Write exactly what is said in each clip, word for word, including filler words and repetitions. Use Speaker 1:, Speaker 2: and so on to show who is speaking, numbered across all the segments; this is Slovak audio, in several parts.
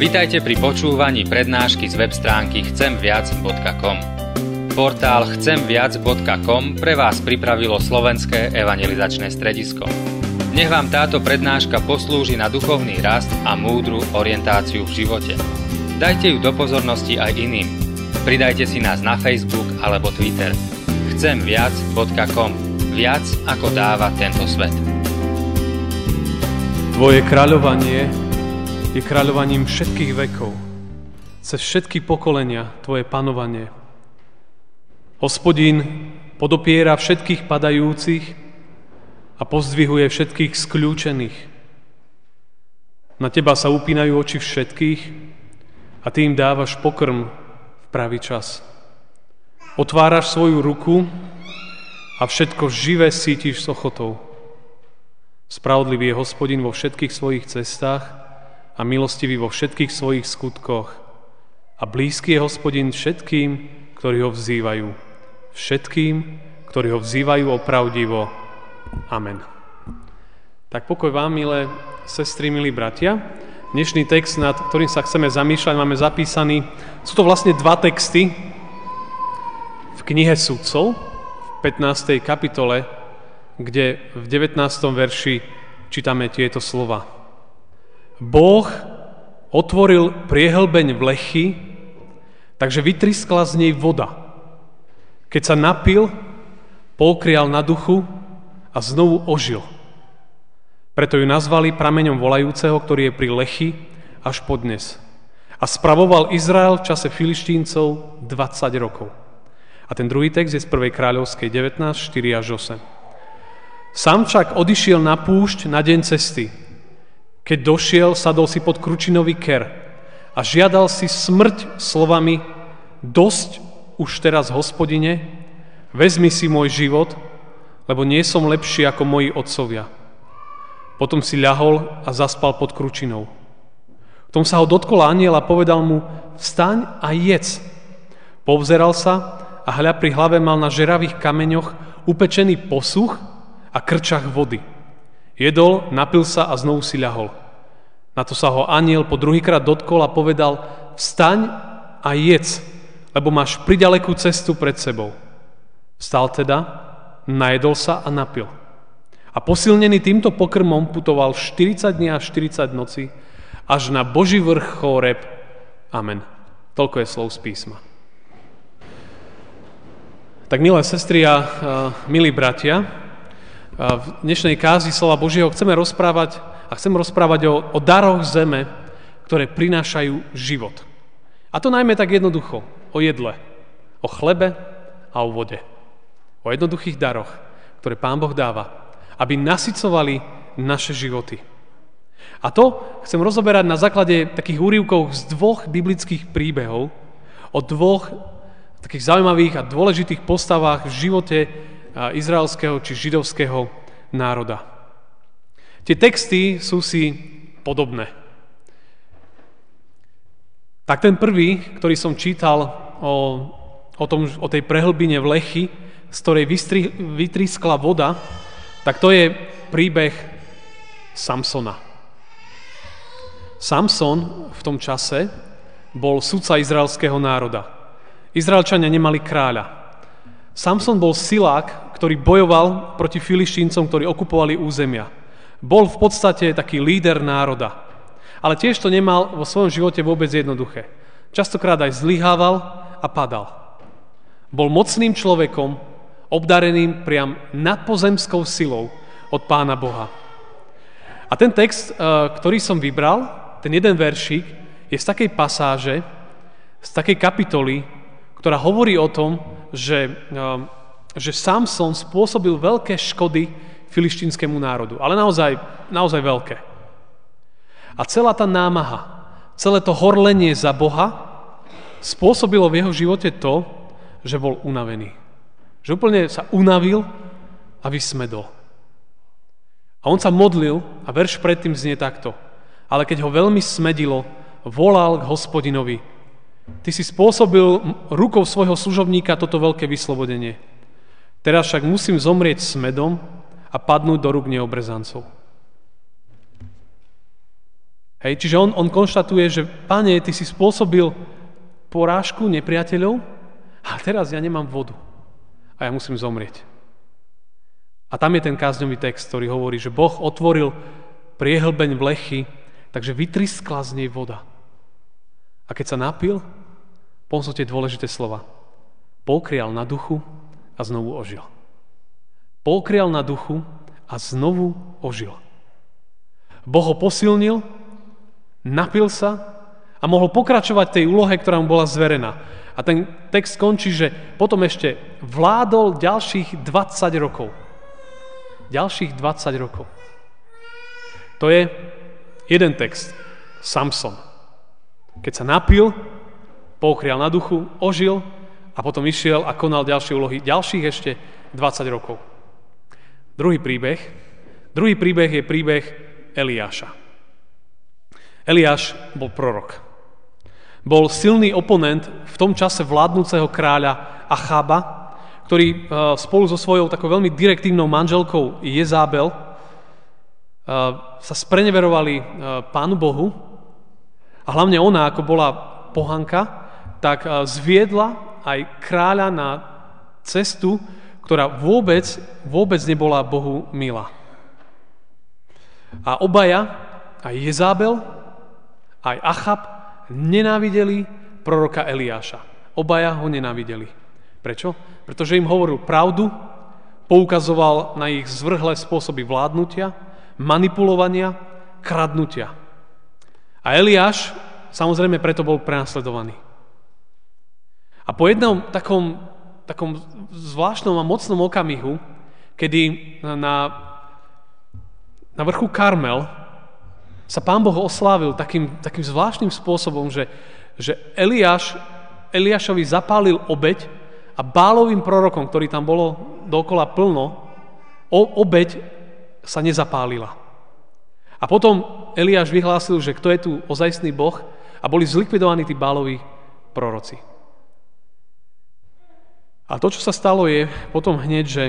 Speaker 1: Vitajte pri počúvaní prednášky z web stránky chcem viac bodka com. Portál chcem viac bodka com pre vás pripravilo Slovenské evangelizačné stredisko. Nech vám táto prednáška poslúži na duchovný rast a múdru orientáciu v živote. Dajte ju do pozornosti aj iným. Pridajte si nás na Facebook alebo Twitter. chcem viac bodka com. Viac ako dáva tento svet.
Speaker 2: Tvoje kráľovanie je kráľovaním všetkých vekov. Cez všetky pokolenia Tvoje panovanie. Hospodín podopiera všetkých padajúcich a pozdvihuje všetkých skľúčených. Na Teba sa upínajú oči všetkých a Ty im dávaš pokrm v pravý čas. Otváraš svoju ruku a všetko živé sítiš s ochotou. Spravodlivý je Hospodin vo všetkých svojich cestách a milostivý vo všetkých svojich skutkoch. A blízky je Hospodin všetkým, ktorí ho vzývajú. Všetkým, ktorí ho vzývajú opravdivo. Amen. Tak pokoj vám, milé sestry, milí bratia. Dnešný text, nad ktorým sa chceme zamýšľať, máme zapísaný. Sú to vlastne dva texty v knihe Sudcov, v pätnástej kapitole, kde v devätnástom verši čítame tieto slova. Boh otvoril priehlbeň v Lechi, takže vytriskla z nej voda. Keď sa napil, poukrial na duchu a znovu ožil. Preto ju nazvali prameňom volajúceho, ktorý je pri Lechi až podnes. A spravoval Izrael v čase Filištíncov dvadsať rokov. A ten druhý text je z prvej kráľovskej devätnásť, štyri až osem. Sám však odišiel na púšť na deň cesty. Keď došiel, sadol si pod kručinový ker a žiadal si smrť slovami: dosť už teraz, Hospodine, vezmi si môj život, lebo nie som lepší ako moji otcovia. Potom si ľahol a zaspal pod kručinou. V tom sa ho dotkol anjel a povedal mu: vstaň a jedz. Povzeral sa a hľa, pri hlave mal na žeravých kameňoch upečený posuch a krčach vody. Jedol, napil sa a znovu si ľahol. Na to sa ho anjel po druhýkrát dotkol a povedal: vstaň a jedz, lebo máš priďalekú cestu pred sebou. Vstal teda, najedol sa a napil. A posilnený týmto pokrmom putoval štyridsať dní a štyridsať nocí až na Boží vrch Chóreb. Amen. Toľko je slov z písma. Tak, milé sestry a milí bratia, v dnešnej kázni slova Božieho chceme rozprávať a chcem rozprávať o, o daroch zeme, ktoré prinášajú život. A to najmä tak jednoducho, o jedle, o chlebe a o vode. O jednoduchých daroch, ktoré Pán Boh dáva, aby nasycovali naše životy. A to chcem rozoberať na základe takých úryvkov z dvoch biblických príbehov, o dvoch takých zaujímavých a dôležitých postavách v živote izraelského či židovského národa. Tie texty sú si podobné. Tak ten prvý, ktorý som čítal o, o, tom, o tej prehlbine v Lechi, z ktorej vystri, vytriskla voda, tak to je príbeh Samsona. Samson v tom čase bol sudca izraelského národa. Izraelčania nemali kráľa. Samson bol silák, ktorý bojoval proti Filištíncom, ktorí okupovali územia. Bol v podstate taký líder národa. Ale tiež to nemal vo svojom živote vôbec jednoduché. Častokrát aj zlyhával a padal. Bol mocným človekom, obdareným priam nadpozemskou silou od Pána Boha. A ten text, ktorý som vybral, ten jeden veršík, je z takej pasáže, z takej kapitoly, ktorá hovorí o tom, že, že Samson spôsobil veľké škody filištínskému národu. Ale naozaj, naozaj veľké. A celá tá námaha, celé to horlenie za Boha spôsobilo v jeho živote to, že bol unavený. Že úplne sa unavil a vysmedol. A on sa modlil a verš predtým znie takto. Ale keď ho veľmi smedilo, volal k Hospodinovi: Ty si spôsobil rukou svojho služobníka toto veľké vyslobodenie. Teraz však musím zomrieť smedom a padnúť do rúk neobrezancov. Hej, čiže on, on konštatuje, že Pane, ty si spôsobil porážku nepriateľov a teraz ja nemám vodu a ja musím zomrieť. A tam je ten kázňový text, ktorý hovorí, že Boh otvoril priehlbeň v lechy, takže vytriskla z nej voda. A keď sa napil, potom sú tie dôležité slova. Pokrial na duchu a znovu ožil. Pokrial na duchu a znovu ožil. Boh ho posilnil, napil sa a mohol pokračovať tej úlohe, ktorá mu bola zverená. A ten text končí, že potom ešte vládol ďalších dvadsať rokov. Ďalších dvadsať rokov. To je jeden text. Samson. Keď sa napil, pokrial na duchu, ožil a potom išiel a konal ďalšie úlohy. Ďalších ešte dvadsať rokov. Druhý príbeh. Druhý príbeh je príbeh Eliáša. Eliáš bol prorok. Bol silný oponent v tom čase vládnúceho kráľa Achába, ktorý spolu so svojou takou veľmi direktívnou manželkou Jezábel sa spreneverovali Pánu Bohu a hlavne ona, ako bola pohanka, tak zviedla aj kráľa na cestu, ktorá vôbec, vôbec nebola Bohu milá. A obaja, aj Jezábel, aj Achab, nenávideli proroka Eliáša. Obaja ho nenávideli. Prečo? Pretože im hovoril pravdu, poukazoval na ich zvrhlé spôsoby vládnutia, manipulovania, kradnutia. A Eliáš samozrejme preto bol prenasledovaný. A po jednom takom, takom zvláštnom a mocnom okamihu, kedy na, na vrchu Karmel sa Pán Boh oslávil takým, takým zvláštnym spôsobom, že, že Eliáš, Eliášovi zapálil obeť a Bálovým prorokom, ktorý tam bolo dookola plno, obeť sa nezapálila. A potom Eliáš vyhlásil, že kto je tu ozajstný Boh a boli zlikvidovaní tí Báloví proroci. A to, čo sa stalo, je potom hneď, že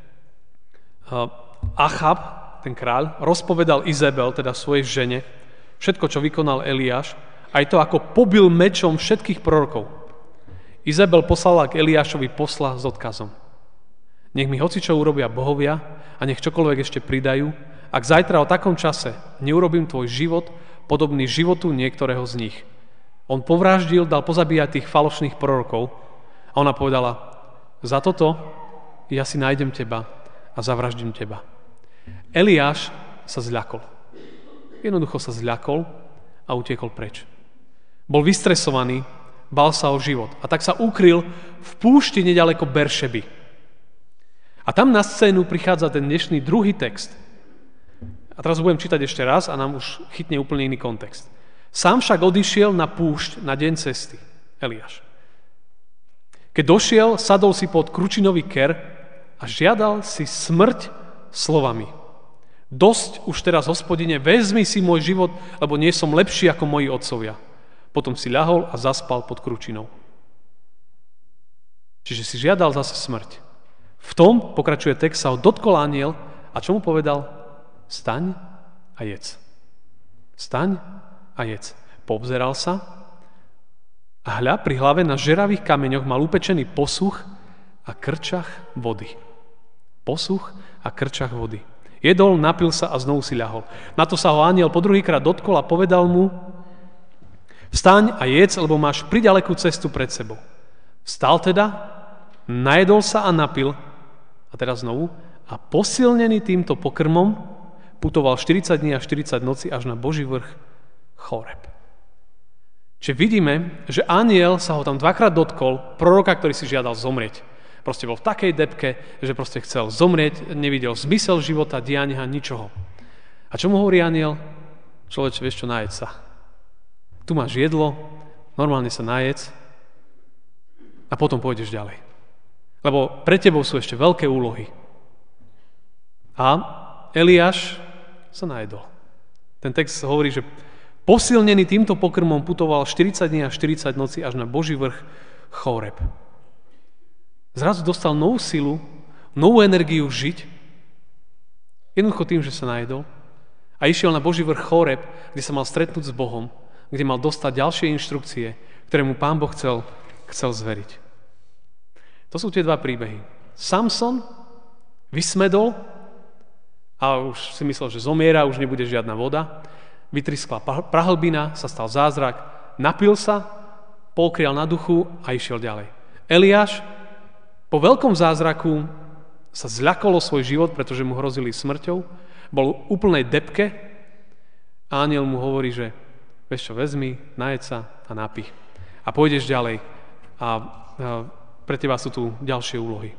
Speaker 2: Achab, ten kráľ, rozpovedal Izabel, teda svojej žene, všetko, čo vykonal Eliáš, aj to, ako pobil mečom všetkých prorokov. Izabel poslala k Eliášovi posla s odkazom. Nech mi hocičo urobia bohovia a nech čokoľvek ešte pridajú, ak zajtra o takom čase neurobím tvoj život podobný životu niektorého z nich. On povraždil, dal pozabíjať tých falošných prorokov a ona povedala, za toto ja si nájdem teba a zavraždím teba. Eliáš sa zľakol. Jednoducho sa zľakol a utiekol preč. Bol vystresovaný, bal sa o život a tak sa ukryl v púšti nedaleko Beršeby. A tam na scénu prichádza ten dnešný druhý text. A teraz ho budem čítať ešte raz a nám už chytne úplne iný kontext. Sám však odišiel na púšť na deň cesty. Eliáš. Keď došiel, sadol si pod kručinový ker a žiadal si smrť slovami. Dosť už teraz, Hospodine, vezmi si môj život, lebo nie som lepší ako moji otcovia. Potom si ľahol a zaspal pod kručinou. Čiže si žiadal zase smrť. V tom, pokračuje text, sa ho dotkol anjel a čo mu povedal? Staň a jedz. Staň a jedz. Poobzeral sa a hľa, pri hlave na žeravých kameňoch mal upečený posuch a krčach vody. Posuch a krčach vody. Jedol, napil sa a znovu si ľahol. Na to sa ho anjel po druhýkrát dotkol a povedal mu, vstaň a jedz, lebo máš priďalekú cestu pred sebou. Vstal teda, najedol sa a napil, a teraz znovu, a posilnený týmto pokrmom putoval štyridsať dní a štyridsať nocí až na Boží vrch Choreb. Čiže vidíme, že anjel sa ho tam dvakrát dotkol, proroka, ktorý si žiadal zomrieť. Proste bol v takej depke, že proste chcel zomrieť, nevidel zmysel života, diania, ničoho. A čo mu hovorí anjel? Človeče, vieš čo, najedz sa. Tu máš jedlo, normálne sa najedz a potom pôjdeš ďalej. Lebo pre tebou sú ešte veľké úlohy. A Eliáš sa najedol. Ten text hovorí, že posilnený týmto pokrmom putoval štyridsať dní a štyridsať nocí až na Boží vrch Choreb. Zrazu dostal novú silu, novú energiu žiť, jednoducho tým, že sa najedol A išiel na Boží vrch Choreb, kde sa mal stretnúť s Bohom, kde mal dostať ďalšie inštrukcie, ktoré mu Pán Boh chcel, chcel zveriť. To sú tie dva príbehy. Samson vysmedol a už si myslel, že zomiera, už nebude žiadna voda. Vytriskla prahlbina, sa stal zázrak, napil sa, pokrial na duchu a išiel ďalej. Eliáš po veľkom zázraku sa zľakol o svoj život, pretože mu hrozili smrťou, bol v úplnej depke a anjel mu hovorí, že vieš čo, vezmi, najed sa a napí. A pôjdeš ďalej a, a pre teba sú tu ďalšie úlohy.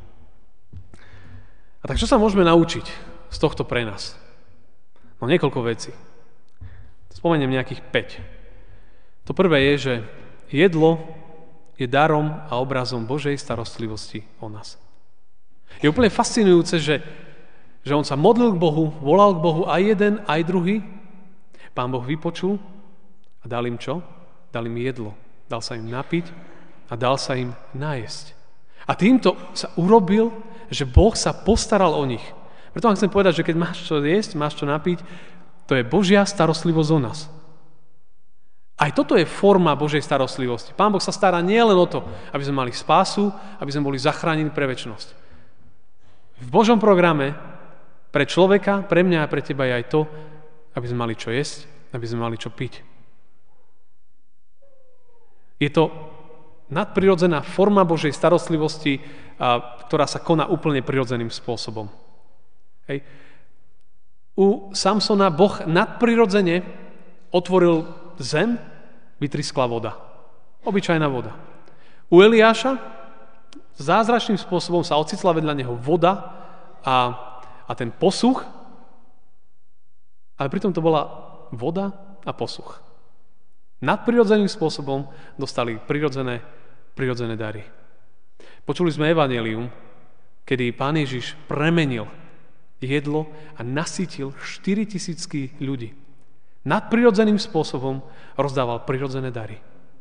Speaker 2: A tak čo sa môžeme naučiť z tohto pre nás? No niekoľko vecí. Spomeniem nejakých päť. To prvé je, že jedlo je darom a obrazom Božej starostlivosti o nás. Je úplne fascinujúce, že, že on sa modlil k Bohu, volal k Bohu aj jeden, aj druhý. Pán Boh vypočul a dal im čo? Dal im jedlo. Dal sa im napiť a dal sa im najesť. A týmto sa urobil, že Boh sa postaral o nich. Preto vám chcem povedať, že keď máš čo jesť, máš čo napiť, to je Božia starostlivosť o nás. Aj toto je forma Božej starostlivosti. Pán Boh sa stará nielen o to, aby sme mali spásu, aby sme boli zachránení pre večnosť. V Božom programe pre človeka, pre mňa a pre teba je aj to, aby sme mali čo jesť, aby sme mali čo piť. Je to nadprirodzená forma Božej starostlivosti, ktorá sa koná úplne prirodzeným spôsobom. Hej. U Samsona Boh nadprirodzene otvoril zem, vytriskla voda. Obyčajná voda. U Eliáša zázračným spôsobom sa ocitla vedľa neho voda a, a ten posuch, ale pritom to bola voda a posuch. Nadprirodzeným spôsobom dostali prirodzené, prirodzené dary. Počuli sme evanjelium, kedy Pán Ježiš premenil jedlo a nasýtil štyri tisícky ľudí. Nadprirodzeným spôsobom rozdával prirodzené dary.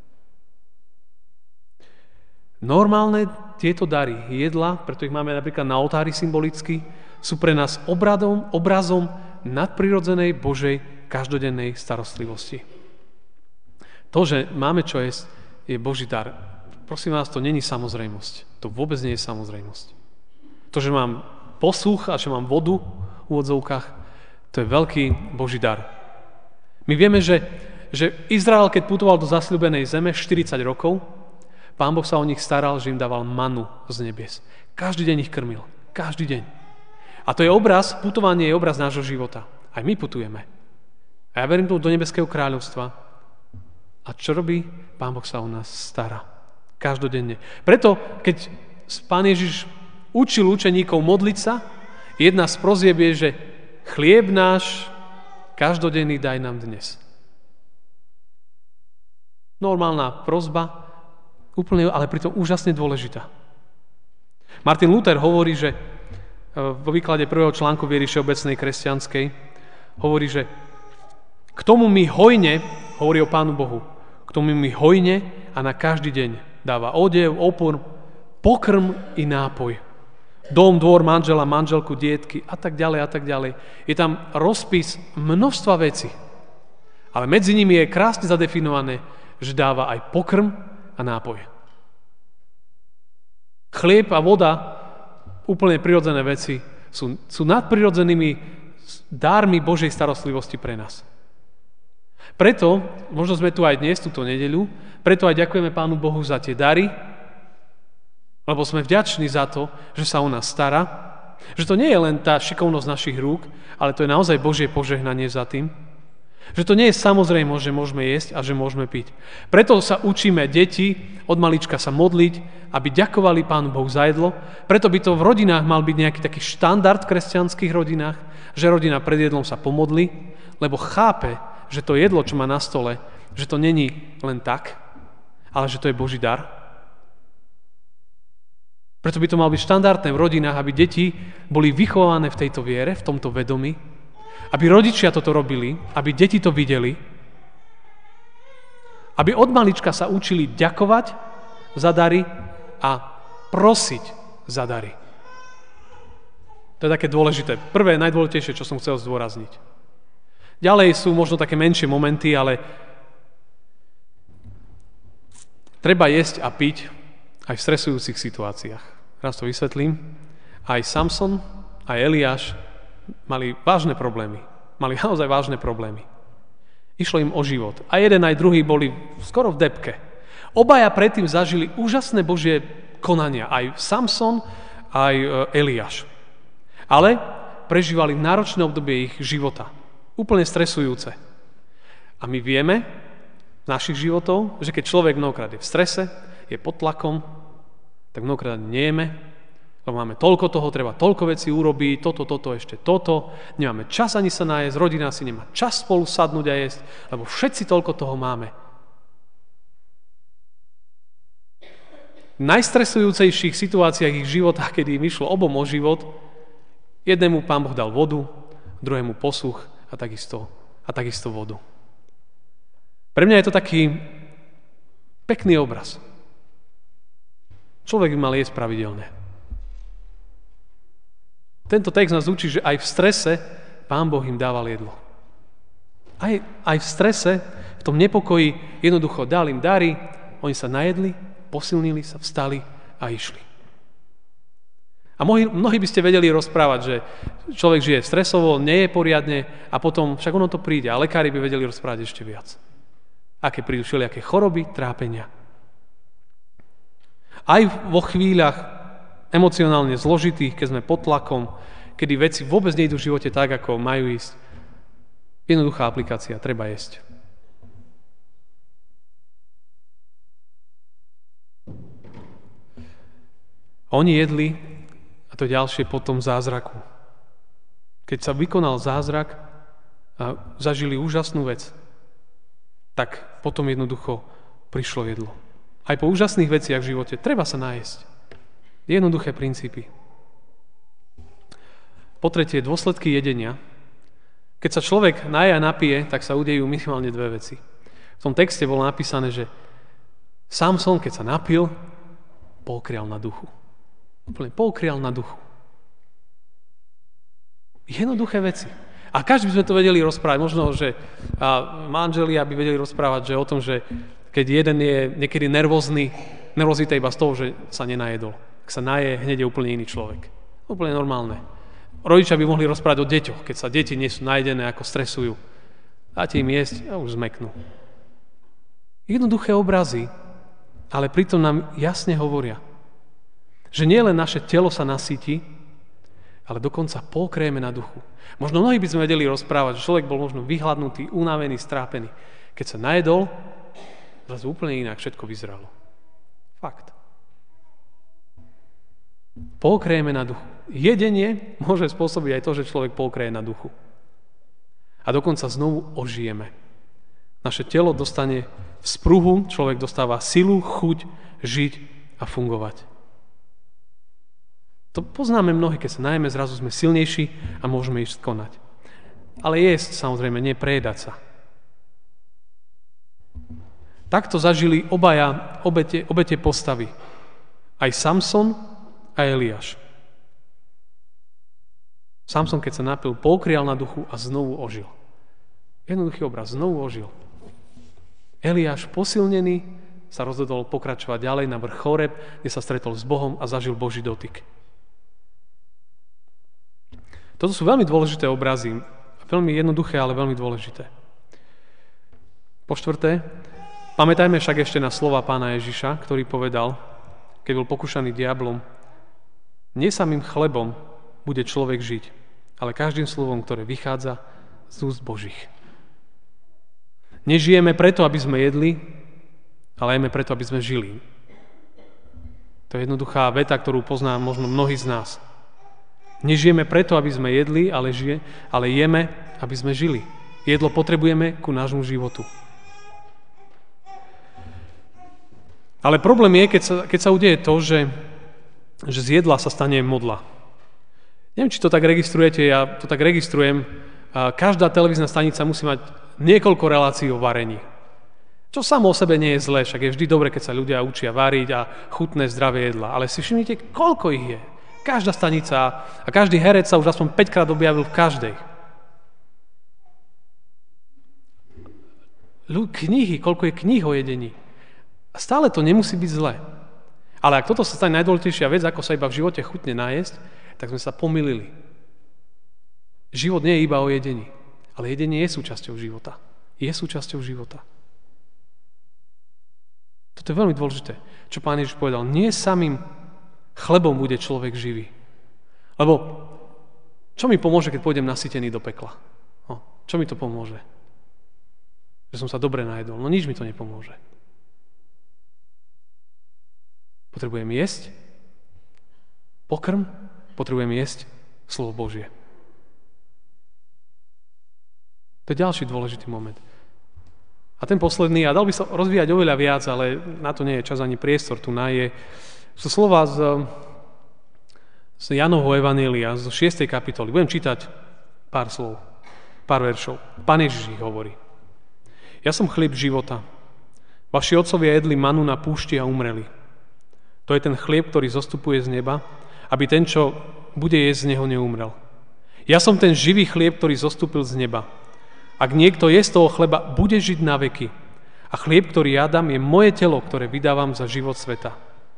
Speaker 2: Normálne tieto dary, jedla, preto ich máme napríklad na oltári symbolicky, sú pre nás obradom, obrazom nadprirodzenej Božej každodennej starostlivosti. To, že máme čo jesť, je Boží dar. Prosím vás, to není samozrejmosť. To vôbec nie je samozrejmosť. To, že mám posuch a že mám vodu v úvodzovkách, to je veľký Boží dar. My vieme, že, že Izrael, keď putoval do zasľúbenej zeme štyridsať rokov, Pán Boh sa o nich staral, že im dával manu z nebies. Každý deň ich krmil. Každý deň. A to je obraz, putovanie je obraz nášho života. Aj my putujeme. A ja verím tomu do nebeského kráľovstva. A čo robí? Pán Boh sa o nás stará. Každodenne. Preto, keď Pán Ježiš učil učeníkov modliť sa, jedna z prozieb je, že chlieb náš každodenný daj nám dnes. Normálna prosba, úplne, ale pritom úžasne dôležitá. Martin Luther hovorí, že vo výklade prvého článku viery všeobecnej kresťanskej hovorí, že k tomu mi hojne, hovorí o Pánu Bohu, k tomu mi hojne a na každý deň dáva odev, opor, pokrm i nápoj. Dom, dvor, manžela, manželku, dietky a tak ďalej a tak ďalej. Je tam rozpis množstva vecí. Ale medzi nimi je krásne zadefinované, že dáva aj pokrm a nápoj. Chlieb a voda, úplne prirodzené veci, sú, sú nadprirodzenými dármi Božej starostlivosti pre nás. Preto, možno sme tu aj dnes, túto nedeľu, preto aj ďakujeme Pánu Bohu za tie dary, lebo sme vďační za to, že sa o nás stará, že to nie je len tá šikovnosť našich rúk, ale to je naozaj Božie požehnanie za tým, že to nie je samozrejmosť, že môžeme jesť a že môžeme piť. Preto sa učíme deti od malička sa modliť, aby ďakovali Pánu Bohu za jedlo. Preto by to v rodinách mal byť nejaký taký štandard v kresťanských rodinách, že rodina pred jedlom sa pomodlí, lebo chápe, že to jedlo, čo má na stole, že to není len tak, ale že to je Boží dar. Preto by to mal byť štandardné v rodinách, aby deti boli vychované v tejto viere, v tomto vedomí, aby rodičia toto robili, aby deti to videli, aby od malička sa učili ďakovať za dary a prosiť za dary. To je také dôležité. Prvé, najdôležitejšie, čo som chcel zdôrazniť. Ďalej sú možno také menšie momenty, ale treba jesť a piť aj v stresujúcich situáciách. Raz to vysvetlím. Aj Samson, aj Eliáš mali vážne problémy. Mali naozaj vážne problémy. Išlo im o život. A jeden aj druhý boli skoro v depke. Obaja predtým zažili úžasné Božie konania. Aj Samson, aj Eliáš. Ale prežívali náročné obdobie ich života. Úplne stresujúce. A my vieme z našich životov, že keď človek mnohokrát je v strese, je pod tlakom, tak mnohokrát nejeme, lebo máme toľko toho, treba toľko vecí urobiť, toto, toto, ešte toto, nemáme čas ani sa nájsť, rodina si nemá čas spolu sadnúť a jesť, lebo všetci toľko toho máme. V najstresujúcejších situáciách ich života, kedy im išlo obom o život, jednému Pán Boh dal vodu, druhému posuch a takisto, a takisto vodu. Pre mňa je to taký pekný obraz. Človek by mal jesť pravidelne. Tento text nás učí, že aj v strese Pán Boh im dával jedlo. Aj, aj v strese, v tom nepokoji jednoducho dal im dary, oni sa najedli, posilnili sa, vstali a išli. A mnohí, mnohí by ste vedeli rozprávať, že človek žije stresovo, nie je poriadne a potom, však ono to príde, a lekári by vedeli rozprávať ešte viac. Aké prídu všelijaké choroby, trápenia. Aj vo chvíľach emocionálne zložitých, keď sme pod tlakom, kedy veci vôbec nejdú v živote tak, ako majú ísť. Jednoduchá aplikácia, treba jesť. Oni jedli, a to ďalšie po tom zázraku. Keď sa vykonal zázrak a zažili úžasnú vec, tak potom jednoducho prišlo jedlo. Aj po úžasných veciach v živote treba sa nájsť. Jednoduché princípy. Po tretie, dôsledky jedenia. Keď sa človek naje a napije, tak sa udejú minimálne dve veci. V tom texte bolo napísané, že Samson, keď sa napil, poukrial na duchu. Úplne poukrial na duchu. Jednoduché veci. A každý by sme to vedeli rozprávať. Možno, že manželia by vedeli rozprávať, že o tom, že keď jeden je niekedy nervózny, nervozita iba z toho, že sa nenajedol. Ak sa naje, hneď je úplne iný človek. Úplne normálne. Rodičia by mohli rozprávať o deťoch, keď sa deti nie sú najedené, ako stresujú. Dáte im jesť a už zmeknú. Jednoduché obrazy, ale pritom nám jasne hovoria, že nie len naše telo sa nasýti, ale dokonca pokrieme na duchu. Možno mnohí by sme vedeli rozprávať, že človek bol možno vyhladnutý, unavený, strápený. Keď sa najedol, zase úplne inak všetko vyzeralo. Fakt. Pokrieme na duchu. Jedenie môže spôsobiť aj to, že človek pokrie na duchu. A dokonca znovu ožijeme. Naše telo dostane v spruhu, človek dostáva silu, chuť, žiť a fungovať. To poznáme mnohí, keď sa najeme, zrazu sme silnejší a môžeme ísť konať. Ale jesť, samozrejme, nie prejedať sa. Takto zažili obaja obete, obete postavy. Aj Samson a Eliáš. Samson, keď sa napil, poukrial na duchu a znovu ožil. Jednoduchý obraz, znovu ožil. Eliáš, posilnený, sa rozhodol pokračovať ďalej na vrch Choreb, kde sa stretol s Bohom a zažil Boží dotyk. Toto sú veľmi dôležité obrazy. Veľmi jednoduché, ale veľmi dôležité. Po štvrté, pamätajme však ešte na slova Pána Ježiša, ktorý povedal, keď bol pokúšaný diablom, nie samým chlebom bude človek žiť, ale každým slovom, ktoré vychádza z úst Božích. Nežijeme preto, aby sme jedli, ale jeme preto, aby sme žili. To je jednoduchá veta, ktorú pozná možno mnohí z nás. Nežijeme preto, aby sme jedli, ale, žije, ale jeme, aby sme žili. Jedlo potrebujeme ku nášmu životu. Ale problém je, keď sa, keď sa udeje to, že, že z jedla sa stane modla. Neviem, či to tak registrujete, ja to tak registrujem. Každá televízna stanica musí mať niekoľko relácií o varení. Čo samo o sebe nie je zlé, však je vždy dobre, keď sa ľudia učia variť a chutné zdravé jedla. Ale si všimnite, koľko ich je. Každá stanica a každý herec sa už aspoň päťkrát objavil v každej. knihy, koľko je kníh o jedení. A stále to nemusí byť zlé. Ale ak toto sa stane najdôležitejšia vec, ako sa iba v živote chutne nájesť, tak sme sa pomýlili. Život nie je iba o jedení, ale jedenie je súčasťou života. Je súčasťou života. Toto je veľmi dôležité, čo Pán Ježiš povedal. Nie samým chlebom bude človek živý. Lebo čo mi pomôže, keď pôjdem nasytený do pekla? No, čo mi to pomôže? Že som sa dobre najedol. No nič mi to nepomôže. Potrebujem jesť pokrm, potrebujem jesť slovo Božie. To je ďalší dôležitý moment. A ten posledný, a dal by sa rozvíjať oveľa viac, ale na to nie je čas ani priestor, tu na je, sú slova z, z Jánovho evanjelia, zo šiestej kapitoly. Budem čítať pár slov, pár veršov. Pán Ježiš ich hovorí. Ja som chlieb života. Vaši otcovia jedli manu na púšti a umreli. To je ten chlieb, ktorý zostupuje z neba, aby ten, čo bude jesť, z neho neumrel. Ja som ten živý chlieb, ktorý zostúpil z neba. Ak niekto je z toho chleba, bude žiť na veky. A chlieb, ktorý ja dám, je moje telo, ktoré vydávam za život sveta.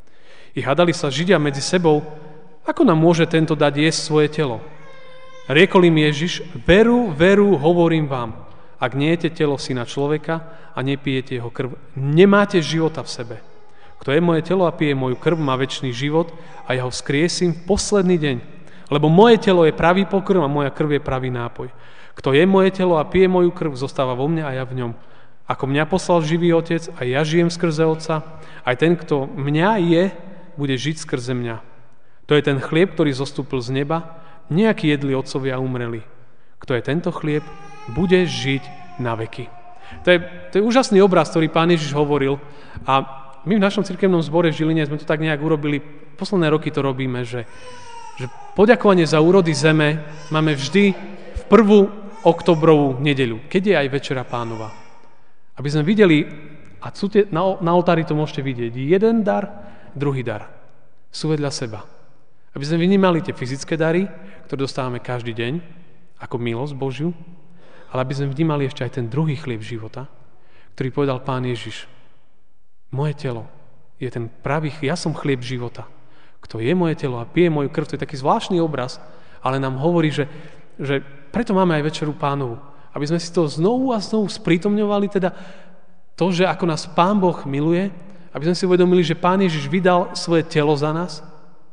Speaker 2: I hádali sa Židia medzi sebou, ako nám môže tento dať jesť svoje telo. Riekol im Ježiš, veru, veru, hovorím vám, ak nejete telo syna človeka a nepijete jeho krv, nemáte života v sebe. Kto je moje telo a pije moju krv, má večný život a ja ho vzkriesím v posledný deň. Lebo moje telo je pravý pokrm a moja krv je pravý nápoj. Kto je moje telo a pije moju krv, zostáva vo mne a ja v ňom. Ako mňa poslal živý Otec a ja žijem skrze Otca, aj ten, kto mňa je, bude žiť skrze mňa. To je ten chlieb, ktorý zostúpil z neba, nejakí jedli otcovia a umreli. Kto je tento chlieb, bude žiť na veky. To je, to je úžasný obraz, ktorý Pán Ježiš hovoril. A my v našom cirkevnom zbore v Žiline sme to tak nejak urobili, posledné roky to robíme, že, že poďakovanie za úrody zeme máme vždy v prvú oktobrovú nedeľu, keď je aj Večera Pánova. Aby sme videli, a na, na oltári to môžete vidieť, jeden dar, druhý dar. Sú vedľa seba. Aby sme vnímali tie fyzické dary, ktoré dostávame každý deň, ako milosť Božiu, ale aby sme vnímali ešte aj ten druhý chlieb života, ktorý povedal Pán Ježiš. Moje telo je ten pravý, ja som chlieb života. Kto je moje telo a pije moju krv, to je taký zvláštny obraz, ale nám hovorí, že, že preto máme aj Večeru Pánovu. Aby sme si to znovu a znovu sprítomňovali, teda to, že ako nás Pán Boh miluje, aby sme si uvedomili, že Pán Ježiš vydal svoje telo za nás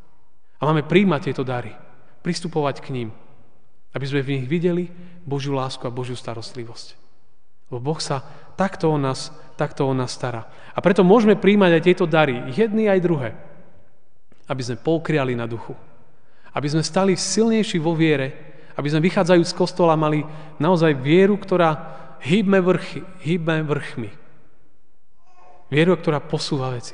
Speaker 2: a máme prijímať tieto dary, pristupovať k ním, aby sme v nich videli Božiu lásku a Božiu starostlivosť. Lebo Boh sa takto o nás, takto o nás stará. A preto môžeme prijímať aj tieto dary, jedny aj druhé, aby sme poukriali na duchu, aby sme stali silnejší vo viere, aby sme vychádzajúc z kostola mali naozaj vieru, ktorá hýbme vrchy, hýbme vrchmi. Vieru, ktorá posúva veci.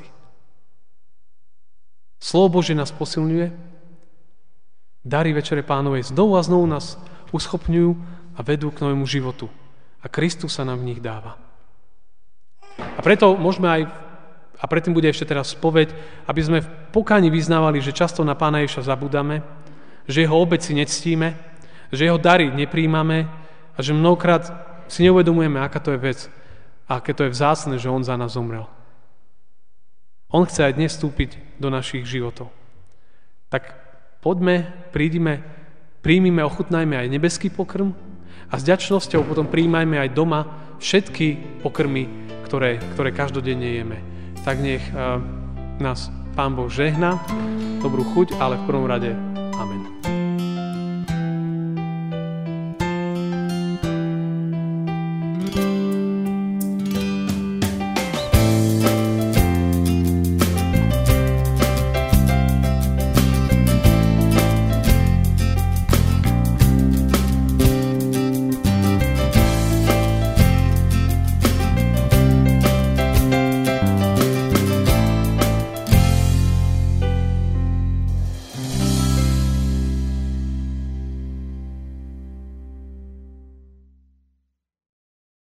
Speaker 2: Slovo Božie nás posilňuje, dary Večere Pánovej znovu a znovu nás uschopňujú a vedú k novému životu. A Kristus sa nám v nich dáva. A preto môžeme aj, a predtým bude ešte teraz spoveď, aby sme v pokáni vyznávali, že často na Pána Ježiša zabudáme, že jeho obety nectíme, že jeho dary nepríjmame a že mnohokrát si neuvedomujeme, aká to je vec a aké to je vzácne, že on za nás zomrel. On chce aj dnes vstúpiť do našich životov. Tak poďme, prídime, príjmime, ochutnajme aj nebeský pokrm a s vďačnosťou potom príjmajme aj doma všetky pokrmy, ktoré, ktoré každodenne jeme. Tak nech uh, nás Pán Boh žehná, dobrú chuť, ale v prvom rade